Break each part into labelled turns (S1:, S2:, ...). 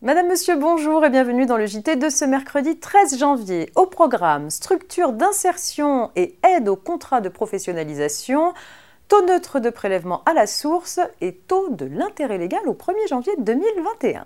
S1: Madame, Monsieur, bonjour et bienvenue dans le JT de ce mercredi 13 janvier. Au programme, structure d'insertion et aide au contrat de professionnalisation, taux neutre de prélèvement à la source et taux de l'intérêt légal au 1er janvier 2021.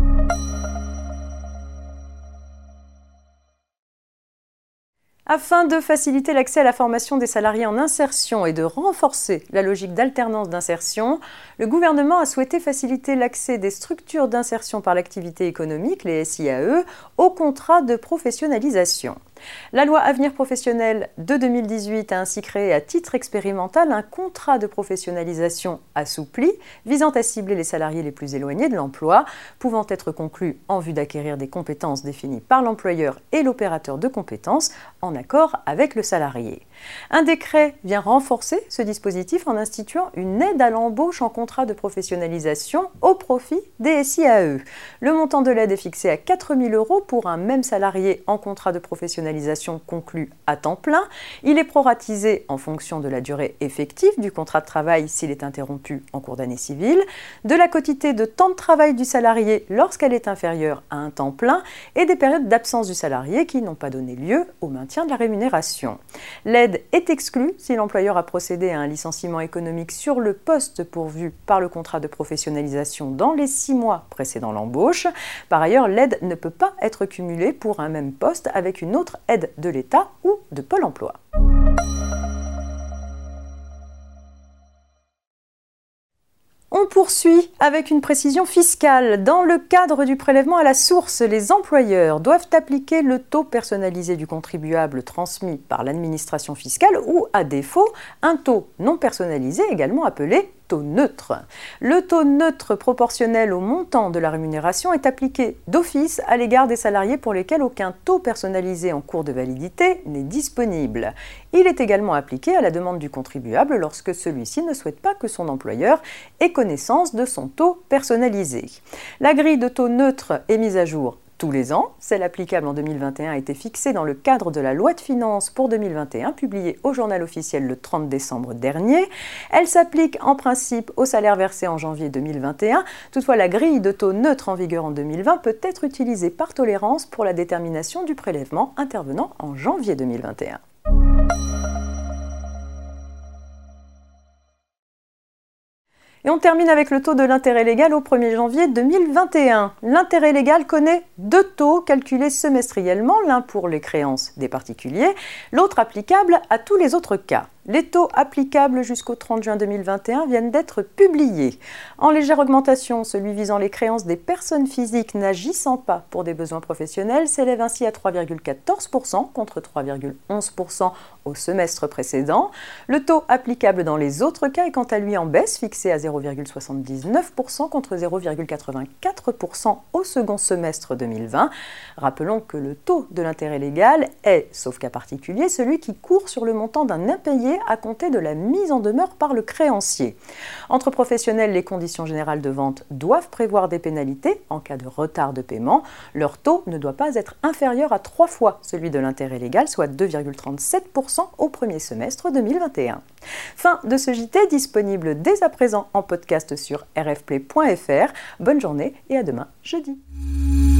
S1: Afin de faciliter l'accès à la formation des salariés en insertion et de renforcer la logique d'alternance d'insertion, le gouvernement a souhaité faciliter l'accès des structures d'insertion par l'activité économique, les SIAE, au contrat de professionnalisation. La loi Avenir professionnel de 2018 a ainsi créé à titre expérimental un contrat de professionnalisation assoupli visant à cibler les salariés les plus éloignés de l'emploi, pouvant être conclu en vue d'acquérir des compétences définies par l'employeur et l'opérateur de compétences en accord avec le salarié. Un décret vient renforcer ce dispositif en instituant une aide à l'embauche en contrat de professionnalisation au profit des SIAE. Le montant de l'aide est fixé à 4 000 € pour un même salarié en contrat de professionnalisation conclu à temps plein. Il est proratisé en fonction de la durée effective du contrat de travail s'il est interrompu en cours d'année civile, de la quotité de temps de travail du salarié lorsqu'elle est inférieure à un temps plein et des périodes d'absence du salarié qui n'ont pas donné lieu au maintien de la rémunération. L'aide est exclue si l'employeur a procédé à un licenciement économique sur le poste pourvu par le contrat de professionnalisation dans les 6 mois précédant l'embauche. Par ailleurs, l'aide ne peut pas être cumulée pour un même poste avec une autre aide de l'État ou de Pôle emploi. On poursuit avec une précision fiscale. Dans le cadre du prélèvement à la source, les employeurs doivent appliquer le taux personnalisé du contribuable transmis par l'administration fiscale ou, à défaut, un taux non personnalisé également appelé taux neutre. Le taux neutre proportionnel au montant de la rémunération est appliqué d'office à l'égard des salariés pour lesquels aucun taux personnalisé en cours de validité n'est disponible. Il est également appliqué à la demande du contribuable lorsque celui-ci ne souhaite pas que son employeur ait connaissance de son taux personnalisé. La grille de taux neutre est mise à jour tous les ans. Celle applicable en 2021 a été fixée dans le cadre de la loi de finances pour 2021, publiée au Journal officiel le 30 décembre dernier. Elle s'applique en principe aux salaires versés en janvier 2021. Toutefois, la grille de taux neutre en vigueur en 2020 peut être utilisée par tolérance pour la détermination du prélèvement intervenant en janvier 2021. Et on termine avec le taux de l'intérêt légal au 1er janvier 2021. L'intérêt légal connaît 2 taux calculés semestriellement, l'un pour les créances des particuliers, l'autre applicable à tous les autres cas. Les taux applicables jusqu'au 30 juin 2021 viennent d'être publiés. En légère augmentation, celui visant les créances des personnes physiques n'agissant pas pour des besoins professionnels s'élève ainsi à 3,14% contre 3,11% au semestre précédent. Le taux applicable dans les autres cas est quant à lui en baisse, fixé à 0,79% contre 0,84% au second semestre 2020. Rappelons que le taux de l'intérêt légal est, sauf cas particulier, celui qui court sur le montant d'un impayé à compter de la mise en demeure par le créancier. Entre professionnels, les conditions générales de vente doivent prévoir des pénalités en cas de retard de paiement. Leur taux ne doit pas être inférieur à 3 fois celui de l'intérêt légal, soit 2,37% au premier semestre 2021. Fin de ce JT, disponible dès à présent en podcast sur rfplay.fr. Bonne journée et à demain jeudi.